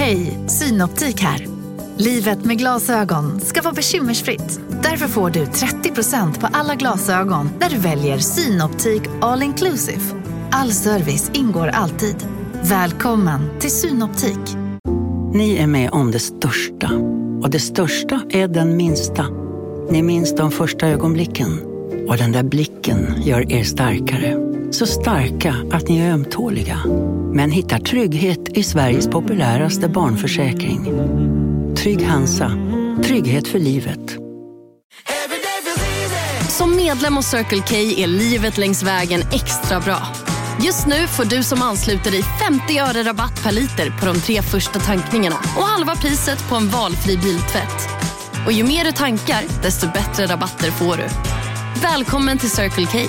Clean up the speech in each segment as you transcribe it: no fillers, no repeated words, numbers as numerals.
Hej, Synoptik här. Livet med glasögon ska vara bekymmersfritt. Därför får du 30% på alla glasögon när du väljer Synoptik All Inclusive. All service ingår alltid. Välkommen till Synoptik. Ni är med om det största. Och det största är den minsta. Ni minns de första ögonblicken. Och den där blicken gör er starkare. Så starka att ni är ömtåliga. Men hittar trygghet i Sveriges populäraste barnförsäkring. Trygg Hansa. Trygghet för livet. Som medlem hos Circle K är livet längs vägen extra bra. Just nu får du som ansluter dig 50 öre rabatt per liter på de 3 första tankningarna och halva priset på en valfri biltvätt. Och ju mer du tankar, desto bättre rabatter får du. Välkommen till Circle K.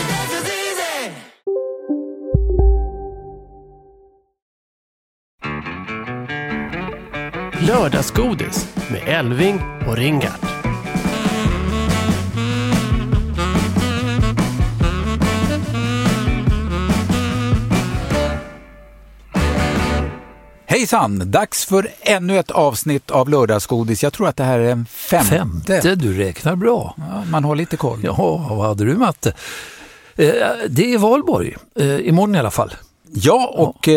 Lördagsgodis med Elving och Ringart. Hejsan, dags för ännu ett avsnitt av Lördagsgodis. Jag tror att det här är en femte. Du räknar bra. Ja, man har lite koll. Ja, vad hade du matte? Det är valborg, imorgon i alla fall. Ja, och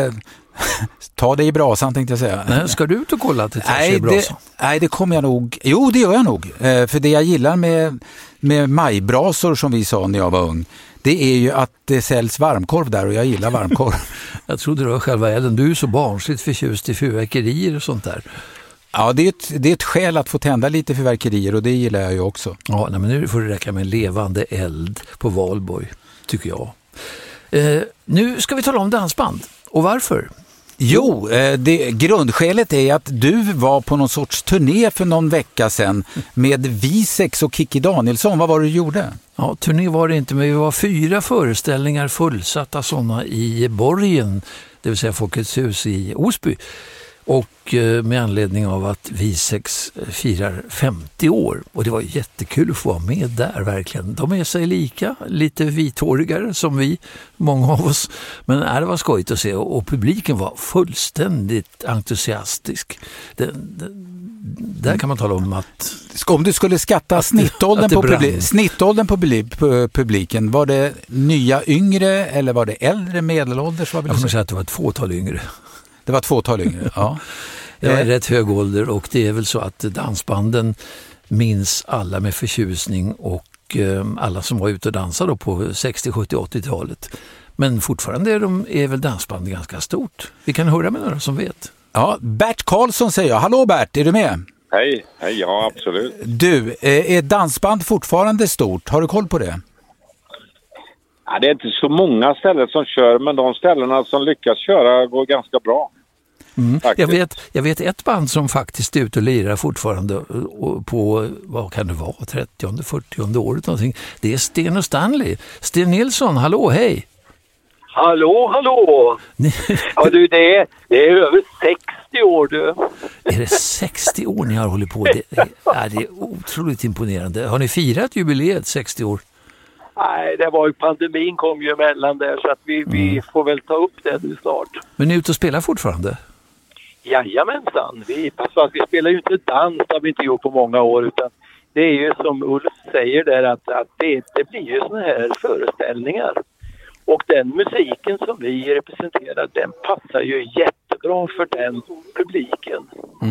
ta det i brasan tänkte jag säga. Nej, ska du ut och kolla att det tar sig i brasan? Nej, det kommer jag nog. Jo, det gör jag nog. För det jag gillar med majbrasor som vi sa när jag var ung, det är ju att det säljs varmkorv där och jag gillar varmkorv. Jag trodde det var själva elden. Du är så barnsligt förtjust i fyrverkerier och sånt där. Ja, det är ett skäl att få tända lite fyrverkerier och det gillar jag ju också. Ja, men nu får det räcka med en levande eld på valborg, tycker jag. Nu ska vi tala om dansband. Och varför? Jo, grundskälet är att du var på någon sorts turné för någon vecka sedan med Visex och Kikki Danielsson. Vad var det du gjorde? Ja, turné var det inte, men vi var 4 föreställningar fullsatta sådana i Borgen, det vill säga Folkets hus i Osby. Och med anledning av att Visex firar 50 år. Och det var jättekul att få vara med där verkligen. De är sig lika, lite vithårigare som vi, många av oss. Men det var skojigt att se och publiken var fullständigt entusiastisk. Där kan man tala om att... Om du skulle skatta snittåldern på publiken, var det nya yngre eller var det äldre medelålders? Jag kommer säga att det var ett fåtal yngre. Det var ett fåtal yngre, ja. Det var rätt hög ålder och det är väl så att dansbanden minns alla med förtjusning och alla som var ute och dansade på 60, 70, 80-talet. Men fortfarande är väl dansband ganska stort. Vi kan höra med några som vet. Ja, Bert Karlsson säger jag. Hallå Bert, är du med? Hej, ja absolut. Du, är dansband fortfarande stort? Har du koll på det? Ja, det är inte så många ställen som kör, men de ställena som lyckas köra går ganska bra. Jag vet ett band som faktiskt är ute och lirar fortfarande på, vad kan det vara, 30:e, 40:e året någonting. Det är Sten och Stanley. Sten Nilsson, hallå, hej! Hallå! Ja du, det är över 60 år du. Är det 60 år ni har hållit på? Det är otroligt imponerande. Har ni firat jubileet 60 år? Nej, det var ju pandemin kom ju emellan där så att vi får väl ta upp det nu snart. Men ni är ute och spelar fortfarande? Jajamensan. Vi spelar ju inte dans, det har vi inte gjort på många år, utan det är ju som Ulf säger där att det blir ju såna här föreställningar. Och den musiken som vi representerar, den passar ju jättebra för den publiken.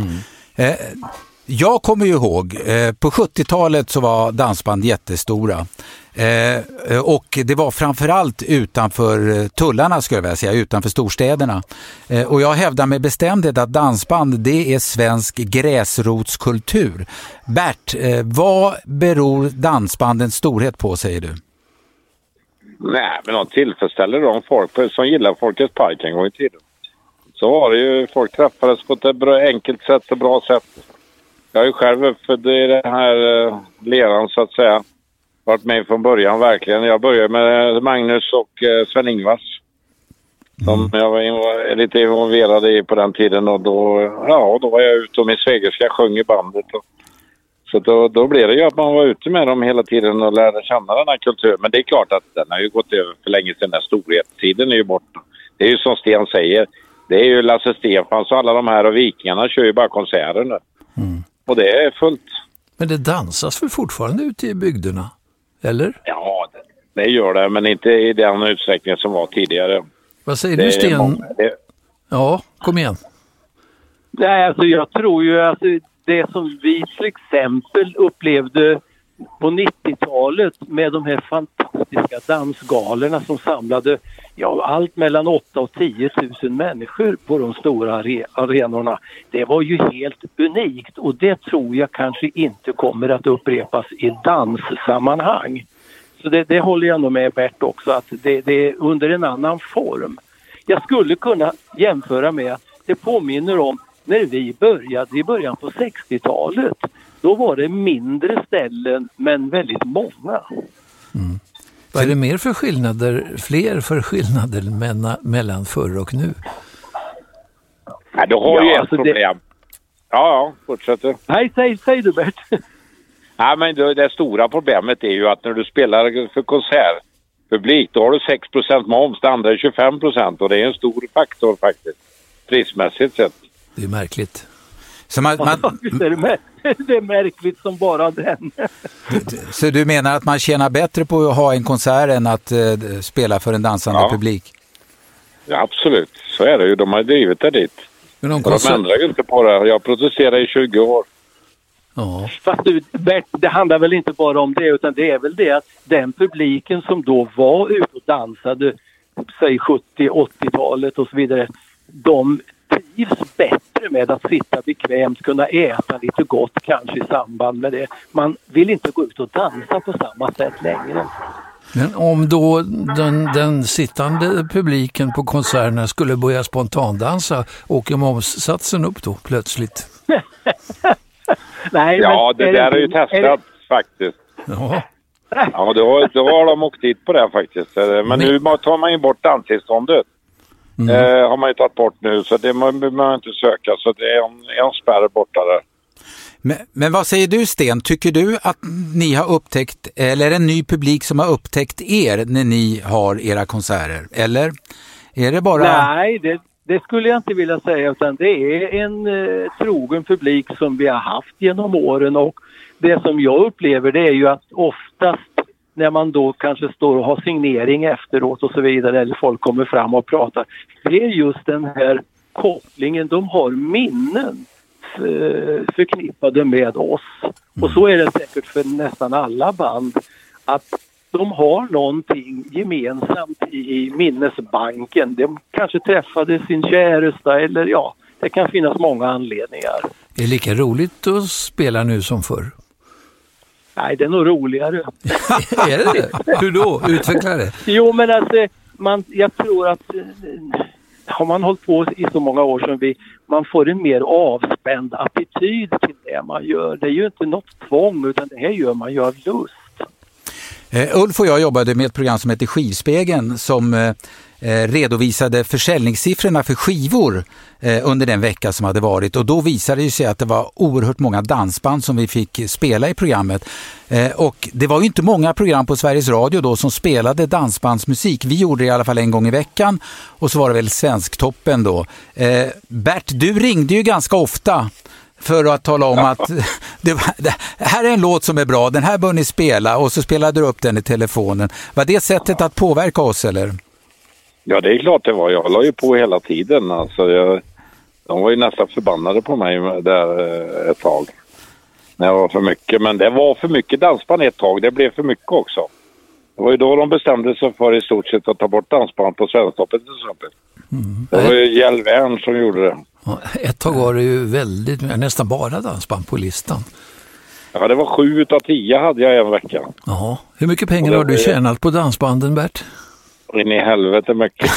Jag kommer ju ihåg, på 70-talet så var dansband jättestora. Och det var framförallt utanför tullarna, skulle jag vilja säga, utanför storstäderna. Och jag hävdar med bestämdhet att dansband, det är svensk gräsrotskultur. Bert, vad beror dansbandens storhet på, säger du? Nej, men de tillfredsställer de folk som gillar Folkets park en gång i tiden. Så var det ju, folk träffades på ett enkelt sätt och bra sätt. Jag är ju själv född i den här leran så att säga. Varit med från början verkligen. Jag började med Magnus och Sven-Ingvars. Som jag var lite involverad i på den tiden. Och då var jag ute och min svägerska sjöng i bandet. Så då blev det ju att man var ute med dem hela tiden och lärde känna den här kulturen. Men det är klart att den har ju gått över för länge sedan. Den här storhetstiden är ju borta. Det är ju som Sten säger. Det är ju Lasse Stefans och alla de här och Vikingarna kör ju bara konserter nu. Och det är fullt. Men det dansas väl fortfarande ute i bygderna? Eller? Ja, det gör det, men inte i den utsträckning som var tidigare. Vad säger du, Sten? Ja, kom igen. Nej, alltså jag tror ju att det som vi till exempel upplevde på 90-talet med de här fantastiska dansgalerna som samlade allt mellan 8 och 10 000 människor på de stora arenorna. Det var ju helt unikt, och det tror jag kanske inte kommer att upprepas i danssammanhang. Så det håller jag nog med Bert också, att det är under en annan form. Jag skulle kunna jämföra med att det påminner om när vi började i början på 60-talet. Då var det mindre ställen men väldigt många. Vad är det mer för skillnader, fler för skillnader mellan förr och nu? Ja, du har ju ett problem. Ja, fortsätter. Nej, säg du Bert. Nej, men det stora problemet är ju att när du spelar för konsertpublik, då har du 6% moms, det andra är 25%, och det är en stor faktor faktiskt, prismässigt sett. Det är märkligt. Så det är märkligt som bara den. Så du menar att man tjänar bättre på att ha en konsert än att spela för en dansande publik? Ja, absolut. Så är det ju. De har drivit det dit. Men de ändrar ju inte på det. Jag protesterar i 20 år. Ja. Fast du, Bert, det handlar väl inte bara om det, utan det är väl det att den publiken som då var ute och dansade, säg 70-80-talet och så vidare, de trivs bättre med att sitta bekvämt, kunna äta lite gott kanske i samband med det. Man vill inte gå ut och dansa på samma sätt längre. Men om då den sittande publiken på konserterna skulle börja spontandansa, åker momssatsen upp då plötsligt? Nej, ja, det där är ju testat faktiskt. Ja. Ja, då har de åkt dit på det faktiskt. Men nu tar man ju bort danstillståndet. Har man ju tagit bort nu, så det behöver man inte söka, så det är en spärr borta där. Men vad säger du, Sten? Tycker du att ni har upptäckt, eller är det en ny publik som har upptäckt er när ni har era konserter? Eller är det bara... Nej, det skulle jag inte vilja säga, utan det är en trogen publik som vi har haft genom åren, och det som jag upplever, det är ju att oftast när man då kanske står och har signering efteråt och så vidare, eller folk kommer fram och pratar, det är just den här kopplingen, de har minnen förknippade med oss. Och så är det säkert för nästan alla band, att de har någonting gemensamt i minnesbanken. De kanske träffade sin käresta, eller det kan finnas många anledningar. Är det lika roligt att spela nu som förr? Nej, det är nog roligare. Är det? Hur då? Utveckla det. Jo, men alltså, jag tror att har man hållit på i så många år som man får en mer avspänd attityd till det man gör. Det är ju inte något tvång, utan det här gör man ju av lust. Ulf och jag jobbade med ett program som heter Skivspegeln som redovisade försäljningssiffrorna för skivor under den vecka som hade varit, och då visade det sig att det var oerhört många dansband som vi fick spela i programmet, och det var ju inte många program på Sveriges Radio då som spelade dansbandsmusik. Vi gjorde det i alla fall en gång i veckan, och så var det väl Svensktoppen då. Bert, du ringde ju ganska ofta för att tala om att det här är en låt som är bra, den här bör ni spela, och så spelade du upp den i telefonen. Var det sättet att påverka oss, eller? Ja, det är klart det var. Jag la ju på hela tiden. Alltså, de var ju nästan förbannade på mig där ett tag. När jag var för mycket. Men det var för mycket dansband ett tag. Det blev för mycket också. Det var ju då de bestämde sig för i stort sett att ta bort dansband på Svensktoppen till exempel. Det var ju Kjell Wern som gjorde det. Ja, ett tag var det ju nästan bara dansband på listan. Ja, det var 7 av 10 hade jag en vecka. Jaha. Hur mycket pengar har du tjänat på dansbanden, Bert? In i helvete mycket.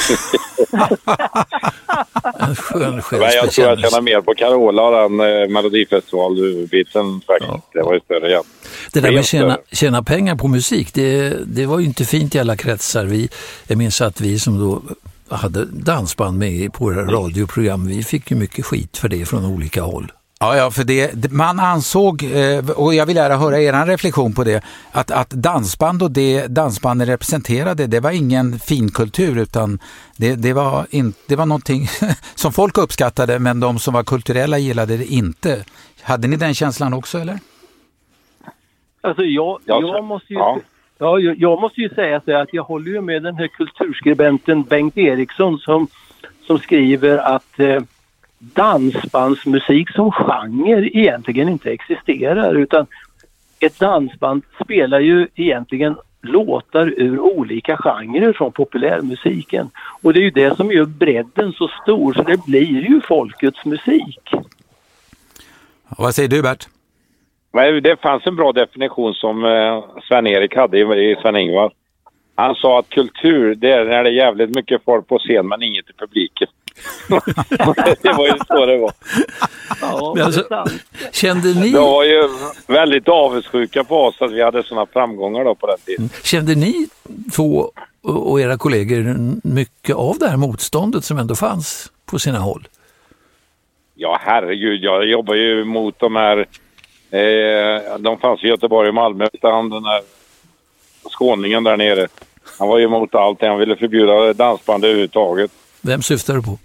En skön Men jag tror jag tjänar mer på Carola och den Melodifestival-biten faktiskt. Ja. Det var ju större igen. Det där med tjäna pengar på musik, det var ju inte fint i alla kretsar. Jag minns att vi som då hade dansband med på våra radioprogram, vi fick ju mycket skit för det från olika håll. Ja, för man ansåg, och jag vill gärna höra er reflektion på det, att dansband och det dansbanden representerade, det var ingen finkultur, utan det var någonting som folk uppskattade, men de som var kulturella gillade det inte. Hade ni den känslan också, eller? Alltså jag måste ju säga så att jag håller ju med den här kulturskribenten Bengt Eriksson som skriver att dansbandsmusik som genre egentligen inte existerar, utan ett dansband spelar ju egentligen låtar ur olika genrer från populärmusiken, och det är ju det som gör bredden så stor, så det blir ju folkets musik. Vad säger du, Bert? Det fanns en bra definition som Sven-Erik hade i Sven-Ingvar. Han sa att kultur, det är när det är jävligt mycket folk på scen men inget i publiken. Det var ju så det var. Ja, alltså, kände ni... Det var ju väldigt avundsjuka på oss att vi hade såna framgångar då på den tiden. Kände ni två och era kollegor mycket av det här motståndet som ändå fanns på sina håll? Ja, herregud, jag jobbar ju mot de här de fanns i Göteborg och Malmö, utan den här skåningen där nere. Han var ju emot allt. Han ville förbjuda dansband överhuvudtaget. Vem syftar du på?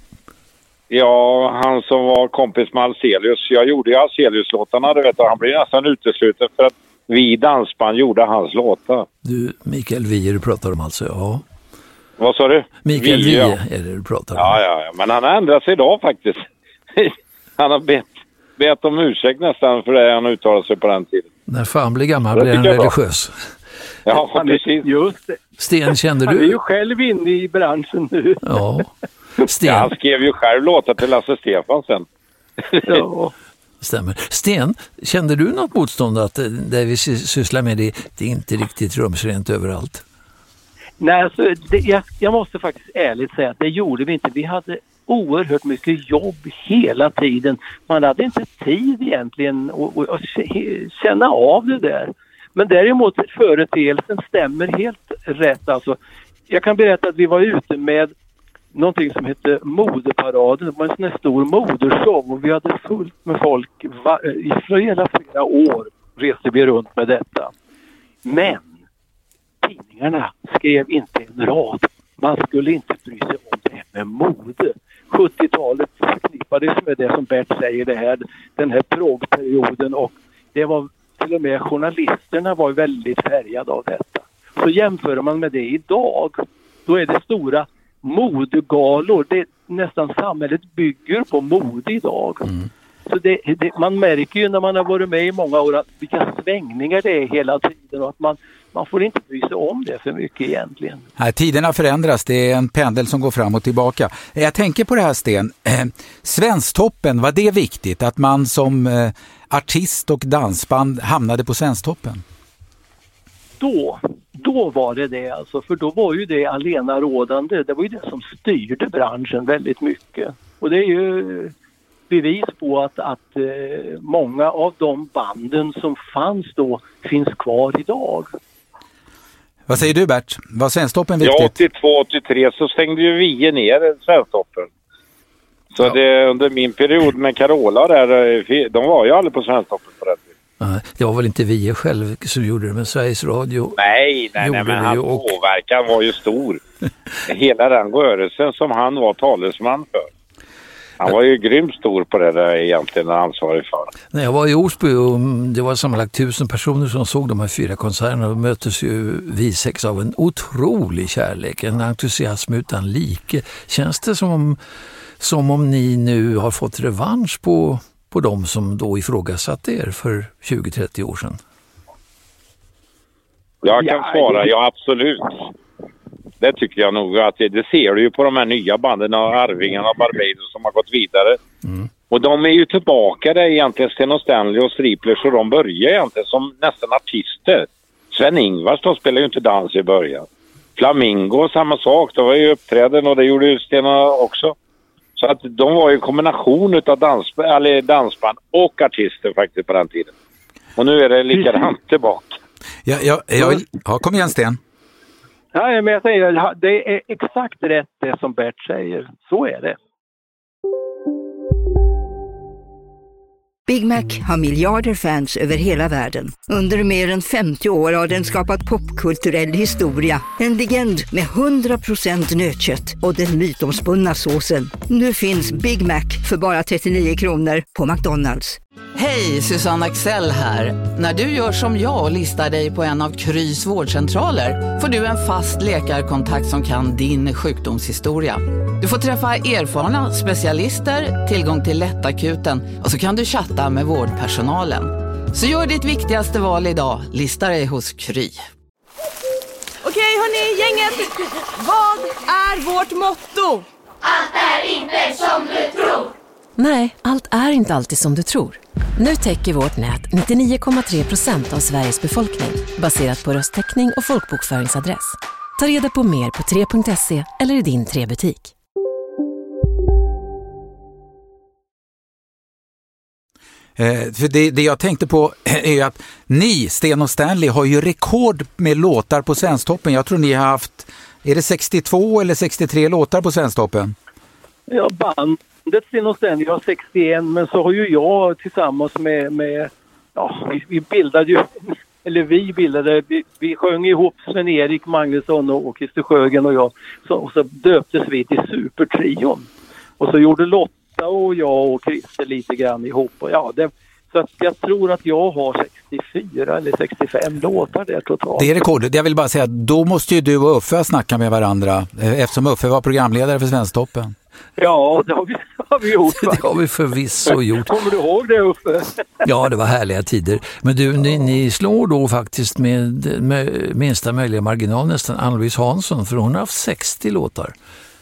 Ja, han som var kompis med Alcelius. Jag gjorde ju Alcelius-låtarna, du vet. Han blev nästan utesluten för att vi dansband gjorde hans låtar. Du, Mikael Wiehe du pratar om alltså, ja. Vad sa du? Mikael Wiehe är det du pratar om. Ja. Men han har ändrat sig idag faktiskt. Han har bett om ursäkt nästan för det han uttalade sig på den tiden. När fan blir gammal blir han religiös. Ja, precis. Just det. Sten, kände du? Han är ju själv inne i branschen nu. Ja. Sten. Ja, han skrev ju själv låtar till Lasse Stefan sen. Ja. Stämmer. Sten, kände du något motstånd att det vi sysslar med det är inte riktigt rumsrent överallt? Nej, alltså, jag måste faktiskt ärligt säga att det gjorde vi inte. Vi hade oerhört mycket jobb hela tiden. Man hade inte tid egentligen att känna av det där. Men däremot företeelsen stämmer helt rätt. Alltså, jag kan berätta att vi var ute med någonting som hette Modeparaden. Det var en sån här stor modershow och vi hade fullt med folk i flera år reste vi runt med detta. Men tidningarna skrev inte en rad. Man skulle inte bry sig om det här med mode. 70-talet förknippades med det som Bert säger, den här progperioden, och det var till och med journalisterna var väldigt färgade av detta. Så jämför man med det idag, då är det stora modegalor. Det nästan samhället bygger på mode idag. Mm. Så man märker ju när man har varit med i många år att vilka svängningar det är hela tiden, och att man får inte bry sig om det för mycket egentligen. Nej, tiderna förändras, det är en pendel som går fram och tillbaka. Jag tänker på det här, Sten. Svensktoppen, var det viktigt att man som artist och dansband hamnade på Svensktoppen? Då var det alltså, för då var ju det alena rådande. Det var ju det som styrde branschen väldigt mycket. Och det är ju bevis på att många av de banden som fanns då finns kvar idag. Vad säger du, Bert? Var Svensktoppen viktigt? Ja, 82-83 så stängde ju Wiehe ner Svensktoppen. Så ja. Det under min period med Carola där, de var ju aldrig på Svensktoppen på den tiden. Det var väl inte Wiehe själv som gjorde det, men Sveriges Radio. Nej, men hans påverkan var ju stor. Hela den rörelsen som han var talesman för. Han var ju grymt stor på det där egentligen, ansvarig för. När jag var i Osby och det var sammanlagt 1000 personer som såg de här 4 konserterna, och möttes ju vi 6 av en otrolig kärlek, en entusiasm utan like. Känns det som om ni nu har fått revansch på de som då ifrågasatte er för 20-30 år sedan? Jag kan svara, ja absolut. Det tycker jag nog att det ser du ju på de här nya banden av Arvingarna och Barbados som har gått vidare. Mm. Och de är ju tillbaka där egentligen, Sten och Stanley och Striplers, så de börjar egentligen som nästan artister. Sven-Ingvars, de spelar ju inte dans i början. Flamingo, samma sak, det var ju uppträden och det gjorde ju Stena också. Så att de var ju en kombination av dansband och artister faktiskt på den tiden. Och nu är det likadant tillbaka. Ja, kom igen, Sten. Ja, men jag säger, det är exakt rätt det som Bert säger. Så är det. Big Mac har miljarder fans över hela världen. Under mer än 50 år har den skapat popkulturell historia. En legend med 100% nötkött och den mytomspunna såsen. Nu finns Big Mac för bara 39 kronor på McDonald's. Hej, Susanne Axel här. När du gör som jag och listar dig på en av Krys vårdcentraler får du en fast läkarkontakt som kan din sjukdomshistoria. Du får träffa erfarna specialister, tillgång till lättakuten och så kan du chatta med vårdpersonalen. Så gör ditt viktigaste val idag, lista dig hos Kry. Okej hörni, gänget. Vad är vårt motto? Allt är inte som du tror. Nej, allt är inte alltid som du tror. Nu täcker vårt nät 99,3% av Sveriges befolkning baserat på röstteckning och folkbokföringsadress. Ta reda på mer på 3.se eller i din 3-butik. För det jag tänkte på är att ni, Sten och Stanley, har ju rekord med låtar på Svensktoppen. Jag tror ni har haft, är det 62 eller 63 låtar på Svensktoppen? Ja, bandet Sten och Stanley har 61, men så har ju jag tillsammans med vi sjöng ihop Sven-Erik Magnusson och Christer Sjögren och jag. Och så döptes vi till Supertrion. Och så gjorde Lotta och jag och Christer lite grann ihop. Och så att jag tror att jag har 64 eller 65 låtar där totalt. Det är rekordet. Jag vill bara säga att då måste ju du och Uffe snacka med varandra eftersom Uffe var programledare för Svensktoppen. Ja, det har vi gjort. Det har vi förvisso gjort. Kommer du ihåg det, Uffe? Ja, det var härliga tider. Men du, ni slår då faktiskt med minsta möjliga marginal nästan Ann-Louise Hansson, för hon har haft 60 låtar.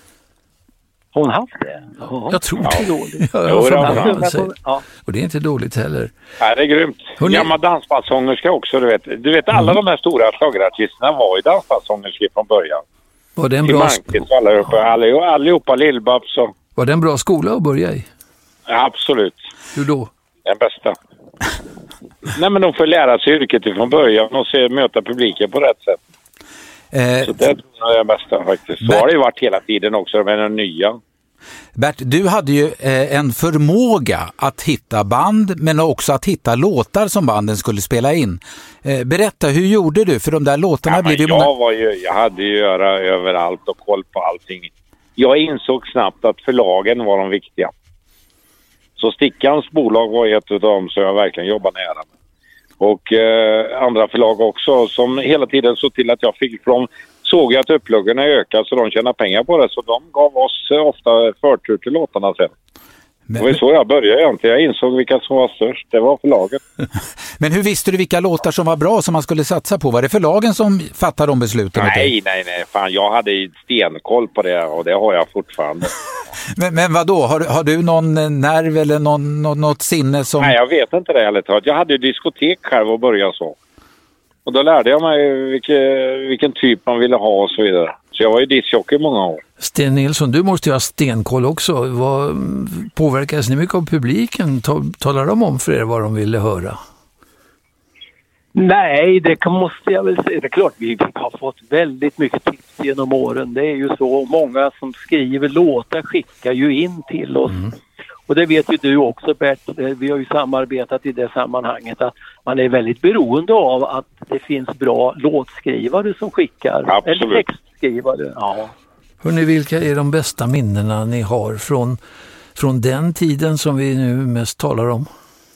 Hon har haft det? Jag tror det. Ja. Och det är inte dåligt heller. Ja, det är grymt. Gammal dansbandssångerska också, du vet alla de här stora schlagerartisterna var ju dansbandssångerskor från början. Var det en bra allihopa Lill-Babs och... Var det en bra skola att börja i? Ja, absolut. Hur då? Den bästa. Nej, men de får lära sig yrket från början och möta publiken på rätt sätt. Så det är det bästa faktiskt. Så har det ju varit hela tiden också med den nya. Bert, du hade ju en förmåga att hitta band men också att hitta låtar som banden skulle spela in. Berätta, hur gjorde du? För de där låtarna blev ju jag hade ju göra överallt och koll på allting. Jag insåg snabbt att förlagen var de viktiga. Så Stickans bolag var ett av dem som jag verkligen jobbade nära med. Och andra förlag också som hela tiden såg till att jag fick från, såg jag att upploggarna ökade så de tjänade pengar på det, så de gav oss ofta förtur till låtarna sen. Det var så jag började egentligen. Jag insåg vilka som var störst. Det var förlaget. Men hur visste du vilka låtar som var bra som man skulle satsa på? Var det förlagen som fattade de besluten? Nej. Fan, jag hade ju stenkoll på det och det har jag fortfarande. Men vad då? Har du någon nerv eller något sinne som... Nej, jag vet inte det heller. Jag hade ju diskotek själv och började så. Och då lärde jag mig vilken typ man ville ha och så vidare. Så jag var ju discjockey i många år. Sten Nilsson, du måste ju ha stenkoll också. Påverkas ni mycket av publiken? Talar de om för er vad de ville höra? Nej, det måste jag väl säga. Det är klart, vi har fått väldigt mycket tips genom åren. Det är ju så. Många som skriver låtar skickar ju in till oss. Mm. Och det vet ju du också, Bert. Vi har ju samarbetat i det sammanhanget att man är väldigt beroende av att det finns bra låtskrivare som skickar. Absolut. Eller textskrivare. Ja. Hörrni, vilka är de bästa minnena ni har från den tiden som vi nu mest talar om?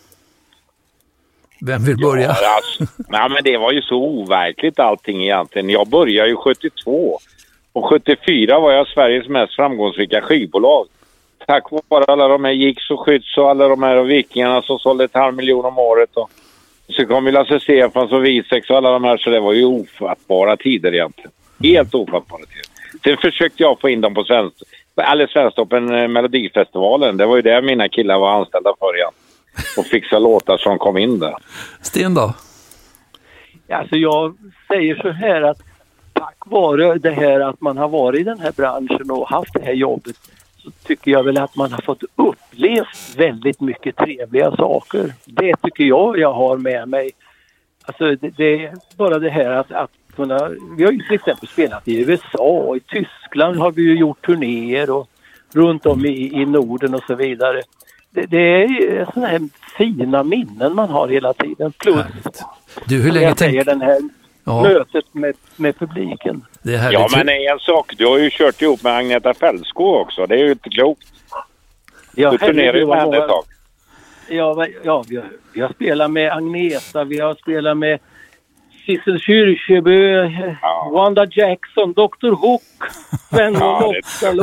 Vem vill börja? Ja, nej, men det var ju så overkligt allting egentligen. Jag började ju 72 och 74 var jag Sveriges mest framgångsrika skivbolag. Tack vare alla de här Gigs och Skydds och alla de här vikingarna som sålde 500 000 om året. Och så kom vi Lasse Stefans och Visex och alla de här, så det var ju ofattbara tider egentligen. Helt ofattbara tider. Sen försökte jag få in dem på Svensktoppen Melodifestivalen. Det var ju där mina killar var anställda för igen. Och fixa låtar som kom in där. Sten då? Alltså jag säger så här att tack vare det här att man har varit i den här branschen och haft det här jobbet, så tycker jag väl att man har fått upplevt väldigt mycket trevliga saker. Det tycker jag har med mig. Alltså det är bara det här att kunna... Vi har ju till exempel spelat i USA och i Tyskland har vi ju gjort turnéer och runt om i Norden och så vidare. det är sådana här fina minnen man har hela tiden. Plus, du, hur länge säger den här mötet med publiken. Det är ja, men en sak, du har ju kört ihop med Agneta Fältskog också. Det är ju inte klokt. Ja, du turnerar ju med henne ett tag. Ja, vi har spelat med Agneta, vi har spelat med Sissel Kyrkjebø, Wanda Jackson, Dr. Hook, Sven och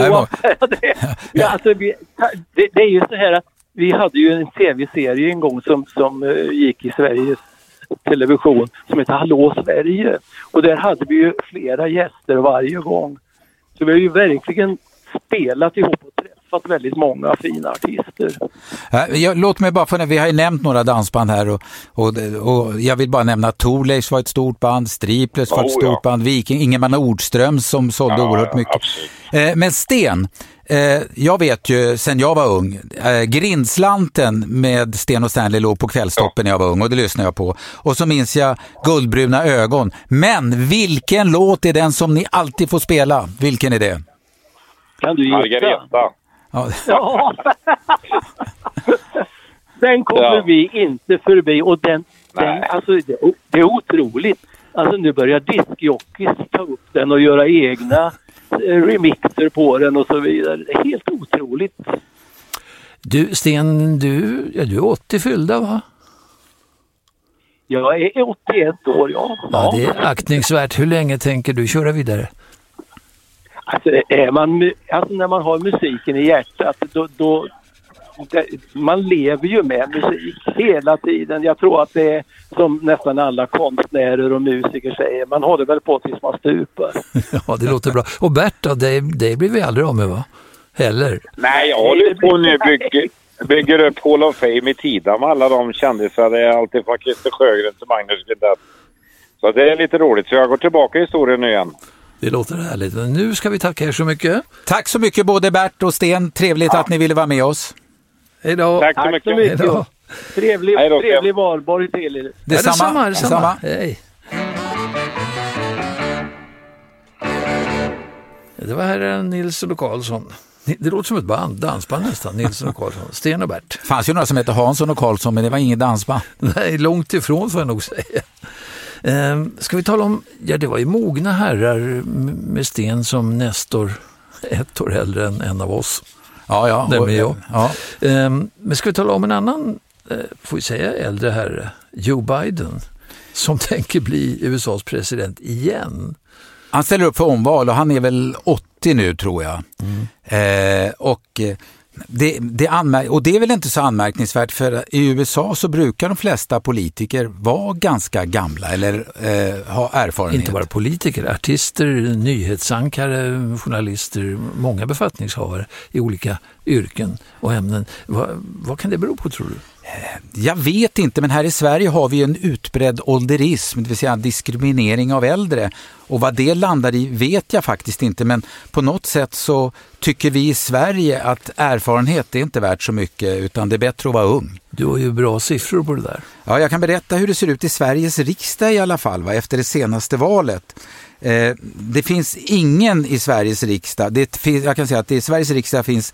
det är ju så här att vi hade ju en tv-serie en gång som gick i Sveriges Television som heter Hallå Sverige. Och där hade vi ju flera gäster varje gång. Så vi har ju verkligen spelat ihop och träffat väldigt många fina artister. Låt mig bara vi har ju nämnt några dansband här och jag vill bara nämna Thorleifs var ett stort band, Striplers var ett stort band, Viking, Ingemar Nordström som sålde oerhört mycket. Men Sten, jag vet ju sen jag var ung, Grindslanten med Sten och Stanley låg på kvällstoppen när jag var ung och det lyssnade jag på. Och så minns jag Guldbruna ögon. Men vilken låt är den som ni alltid får spela? Vilken är det? Kan du gissa? Margareta. Ja. Den kommer vi inte förbi och den alltså det är otroligt. Alltså nu börjar diskjockeys ta upp den och göra egna remixer på den och så vidare. Det är helt otroligt. Du Sten, du är 80 fyllda, va? Jag är 81 år, ja. Ja, det är aktningsvärt. Hur länge tänker du köra vidare? Alltså, när man har musiken i hjärtat, då man lever ju med musik hela tiden. Jag tror att det är som nästan alla konstnärer och musiker säger. Man håller väl på tills man stupar. Ja, det låter bra. Och Bert då, det blir vi aldrig av med, va? Heller? Nej, jag håller på nu bygger upp Hall of Fame i tiden med alla de kändisar. Det är alltid från Christer Sjögren till Magnus Lindell. Så det är lite roligt. Så jag går tillbaka i historien nu igen. Det låter härligt. Men nu ska vi tacka er så mycket. Tack så mycket både Bert och Sten. Trevligt att ni ville vara med oss. Hej då. Tack så mycket. Trevlig valborg till er. Detsamma. Hej. Det var här Nilsson och Karlsson. Det låter som ett dansband nästan, Nilsson och Karlsson. Sten och Bert. Det fanns ju några som hette Hansson och Karlsson, men det var ingen dansband. Nej, långt ifrån får jag nog säga. Ska vi tala om, det var ju mogna herrar med Sten som Nestor, 1 år äldre än en av oss. Ja. Men ska vi tala om en annan, får vi säga äldre herre, Joe Biden, som tänker bli USAs president igen. Han ställer upp för omval och han är väl 80 nu tror jag. Och det är väl inte så anmärkningsvärt, för i USA så brukar de flesta politiker vara ganska gamla eller ha erfarenhet. Inte bara politiker, artister, nyhetsankare, journalister, många befattningshavare i olika yrken och ämnen. Vad kan det bero på, tror du? Jag vet inte, men här i Sverige har vi en utbredd ålderism, det vill säga diskriminering av äldre. Och vad det landar i vet jag faktiskt inte, men på något sätt så tycker vi i Sverige att erfarenhet är inte värt så mycket, utan det är bättre att vara ung. Du har ju bra siffror på det där. Ja, jag kan berätta hur det ser ut i Sveriges riksdag i alla fall, efter det senaste valet. Det finns ingen i Sveriges riksdag. Jag kan säga att i Sveriges riksdag finns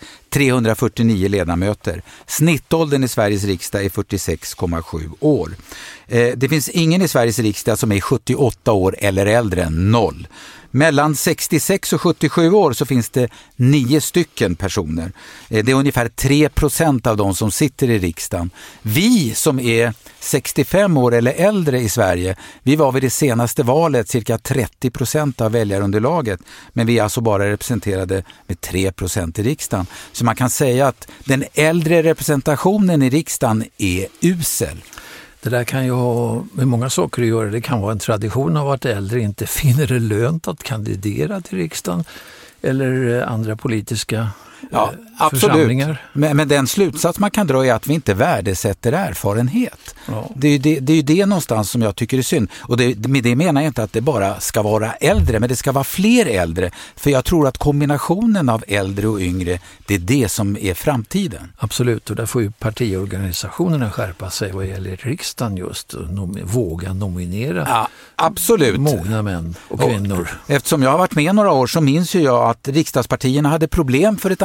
349 ledamöter. Snittåldern i Sveriges riksdag är 46,7 år. Det finns ingen i Sveriges riksdag som är 78 år eller äldre än 0. Mellan 66 och 77 år så finns det 9 stycken personer. Det är ungefär 3% av de som sitter i riksdagen. Vi som är 65 år eller äldre i Sverige, vi var vid det senaste valet cirka 30% av väljarunderlaget. Men vi är alltså bara representerade med 3% i riksdagen. Så man kan säga att den äldre representationen i riksdagen är usel. Det där kan ju ha med många saker att göra. Det kan vara en tradition av att äldre inte finner det lönt att kandidera till riksdagen eller andra politiska församlingar. Men den slutsats man kan dra är att vi inte värdesätter erfarenhet. Ja. Det är ju det någonstans som jag tycker är synd. Och med det menar jag inte att det bara ska vara äldre, men det ska vara fler äldre. För jag tror att kombinationen av äldre och yngre, det är det som är framtiden. Absolut, och där får ju partiorganisationerna skärpa sig vad gäller riksdagen just. Våga nominera absolut. Mogna män och kvinnor. Och eftersom jag har varit med några år så minns ju jag att riksdagspartierna hade problem för ett antal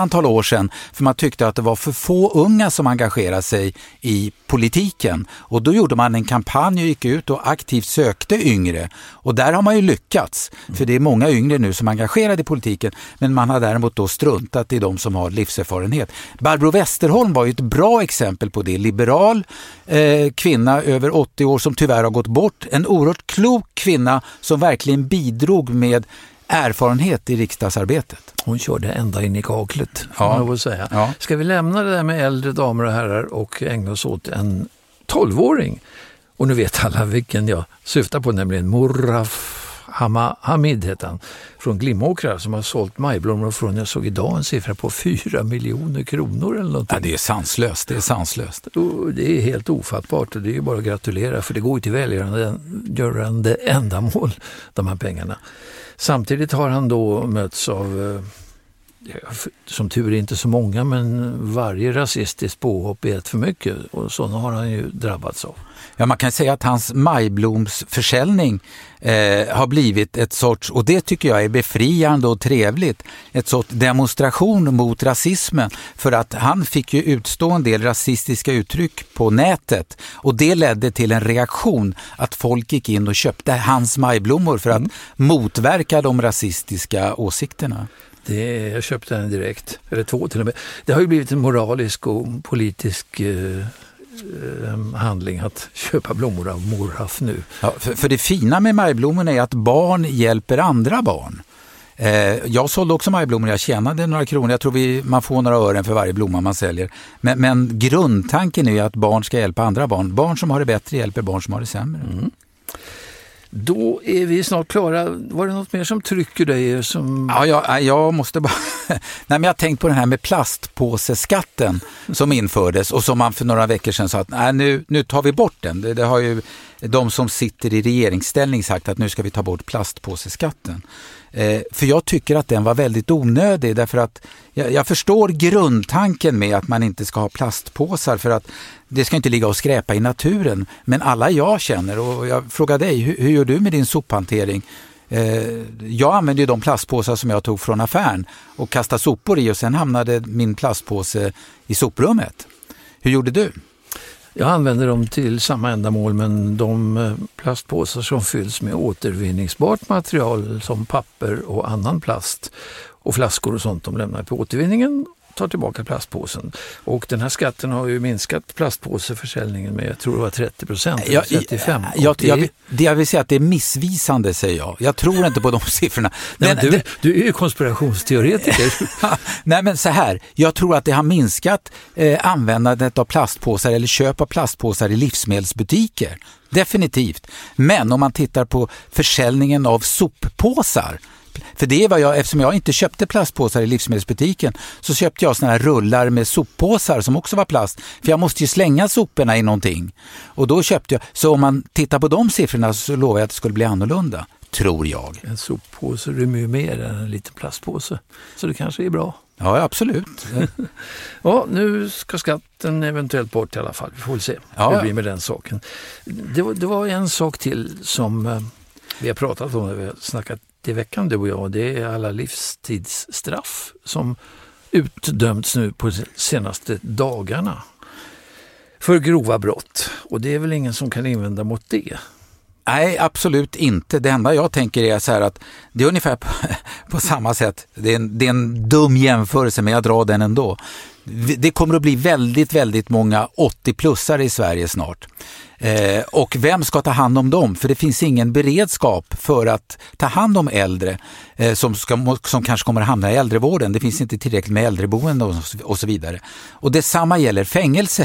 antal år sedan, för man tyckte att det var för få unga som engagerade sig i politiken. Och då gjorde man en kampanj och gick ut och aktivt sökte yngre. Och där har man ju lyckats, för det är många yngre nu som är engagerade i politiken, men man har däremot då struntat i de som har livserfarenhet. Barbro Westerholm var ju ett bra exempel på det. Liberal kvinna över 80 år som tyvärr har gått bort. En oerhört klok kvinna som verkligen bidrog med erfarenhet i riksdagsarbetet. Hon körde ända in i kaklet, ja. man vill säga. Ja. Ska vi lämna det där med äldre damer och herrar och ägna oss åt en 12-åring? Och nu vet alla vilken jag syftar på, nämligen Morraf Hamid heter han, från Glimåkra, som har sålt majblommor från, jag såg idag en siffra på 4 miljoner kronor eller någonting. Ja, det är sanslöst, det är sanslöst. Och det är helt ofattbart, och det är ju bara att gratulera, för det går ju till välgörande ändamål, de här pengarna. Samtidigt har han då mötts av, som tur är inte så många, men varje rasistiskt påhopp är ett för mycket, och sådana har han ju drabbats av. Ja, man kan säga att hans majblomsförsäljning har blivit ett sorts, och det tycker jag är befriande och trevligt, ett sorts demonstration mot rasismen, för att han fick ju utstå en del rasistiska uttryck på nätet, och det ledde till en reaktion att folk gick in och köpte hans majblommor för att motverka de rasistiska åsikterna. Jag köpte den direkt, eller 2 till och med. Det har ju blivit en moralisk och politisk handling att köpa blommor av Morraf nu. Ja, för det fina med majblommorna är att barn hjälper andra barn. Jag sålde också majblommor, jag tjänade några kronor, jag tror man får några ören för varje blomma man säljer. Men grundtanken är att barn ska hjälpa andra barn. Barn som har det bättre hjälper barn som har det sämre. Mm. Då är vi snart klara. Var det något mer som trycker dig? Ja, jag måste bara... Nej, men jag har tänkt på den här med plastpåseskatten som infördes, och som man för några veckor sedan sa att nu tar vi bort den. Det har ju de som sitter i regeringsställning sagt att nu ska vi ta bort plastpåseskatten. För jag tycker att den var väldigt onödig, därför att jag förstår grundtanken med att man inte ska ha plastpåsar, för att det ska inte ligga och skräpa i naturen. Men alla jag känner, och jag frågar dig, hur gör du med din sophantering? Jag använde ju de plastpåsar som jag tog från affären och kastade sopor i, och sen hamnade min plastpåse i soprummet. Hur gjorde du? Jag använder dem till samma ändamål, men de plastpåsar som fylls med återvinningsbart material som papper och annan plast och flaskor och sånt, de lämnar på återvinningen, tar tillbaka plastpåsen. Och den här skatten har ju minskat plastpåseförsäljningen med, jag tror det var 30%, eller 35%. Jag vill säga att det är missvisande, säger jag. Jag tror inte på de siffrorna. Du är ju konspirationsteoretiker. Nej, men så här. Jag tror att det har minskat användandet av plastpåsar eller köp av plastpåsar i livsmedelsbutiker. Definitivt. Men om man tittar på försäljningen av soppåsar, för det var eftersom jag inte köpte plastpåsar i livsmedelsbutiken, så köpte jag såna här rullar med soppåsar som också var plast. För jag måste ju slänga soporna i någonting. Och då köpte jag. Så om man tittar på de siffrorna så lovar jag att det skulle bli annorlunda, tror jag. En soppåse rymmer ju mer än en liten plastpåse. Så det kanske är bra. Ja, absolut. Ja, nu ska skatten eventuellt bort i alla fall. Vi får väl se hur det blir med den saken. Det var en sak till som vi har pratat om när vi har snackat i veckan, du och jag. Det är alla livstidsstraff som utdömts nu på de senaste dagarna för grova brott. Och det är väl ingen som kan invända mot det? Nej, absolut inte. Det enda jag tänker är så här att det är ungefär på samma sätt. Det är en dum jämförelse, men jag drar den ändå. Det kommer att bli väldigt, väldigt många 80-plussare i Sverige snart. Och vem ska ta hand om dem? För det finns ingen beredskap för att ta hand om äldre som kanske kommer att hamna i äldrevården. Det finns inte tillräckligt med äldreboende och så vidare. Och detsamma gäller fängelser.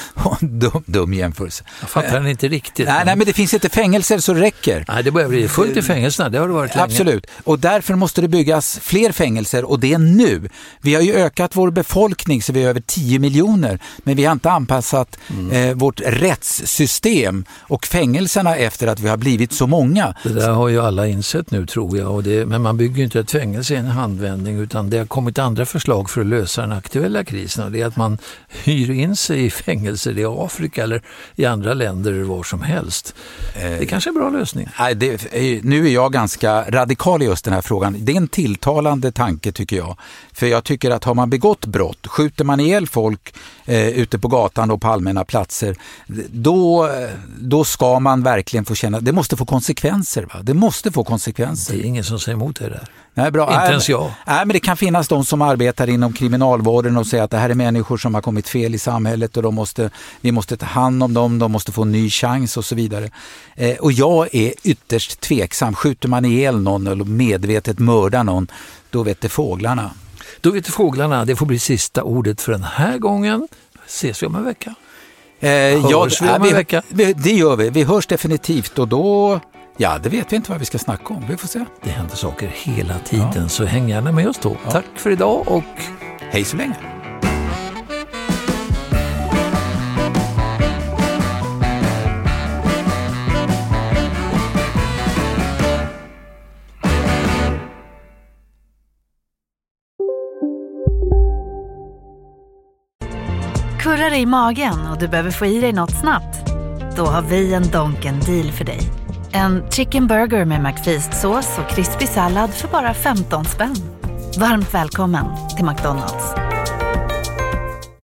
Dum jämförelse. Jag fattar den inte riktigt. Nej, men det finns inte fängelser så det räcker. Nej, det börjar bli fullt i fängelserna. Det har det varit länge. Absolut. Och därför måste det byggas fler fängelser, och det är nu. Vi har ju ökat vår befolkning befolkning så vi är över 10 miljoner. Men vi har inte anpassat vårt rättssystem och fängelserna efter att vi har blivit så många. Det där har ju alla insett nu, tror jag. Men man bygger ju inte ett fängelse i en handvändning, utan det har kommit andra förslag för att lösa den aktuella krisen. Och det är att man hyr in sig i fängelser i Afrika eller i andra länder var som helst. Det kanske är en bra lösning. Nu är jag ganska radikal i just den här frågan. Det är en tilltalande tanke, tycker jag. För jag tycker att har man begått brott, skjuter man ihjäl folk ute på gatan och på allmänna platser, då ska man verkligen få känna, det måste få konsekvenser, va? Det måste få konsekvenser. Det är ingen som säger emot det där. Nej, bra. Inte ens jag. Nej, men det kan finnas de som arbetar inom kriminalvården och säger att det här är människor som har kommit fel i samhället och vi måste ta hand om dem, de måste få en ny chans och så vidare. Och jag är ytterst tveksam. Skjuter man ihjäl någon eller medvetet mördar någon, då vet det fåglarna. Då vet det fåglarna. Det får bli sista ordet för den här gången. Ses vi om en vecka? Hörs vi om en vecka? Det gör vi. Vi hörs definitivt och då... Ja, det vet vi inte vad vi ska snacka om. Vi får se. Det händer saker hela tiden, så häng gärna med oss då. Ja. Tack för idag och hej så länge. Kurrar i magen och du behöver få i dig något snabbt? Då har vi en Donken deal för dig. En chicken burger med McFeast-sås och krispig sallad för bara 15 spänn. Varmt välkommen till McDonald's.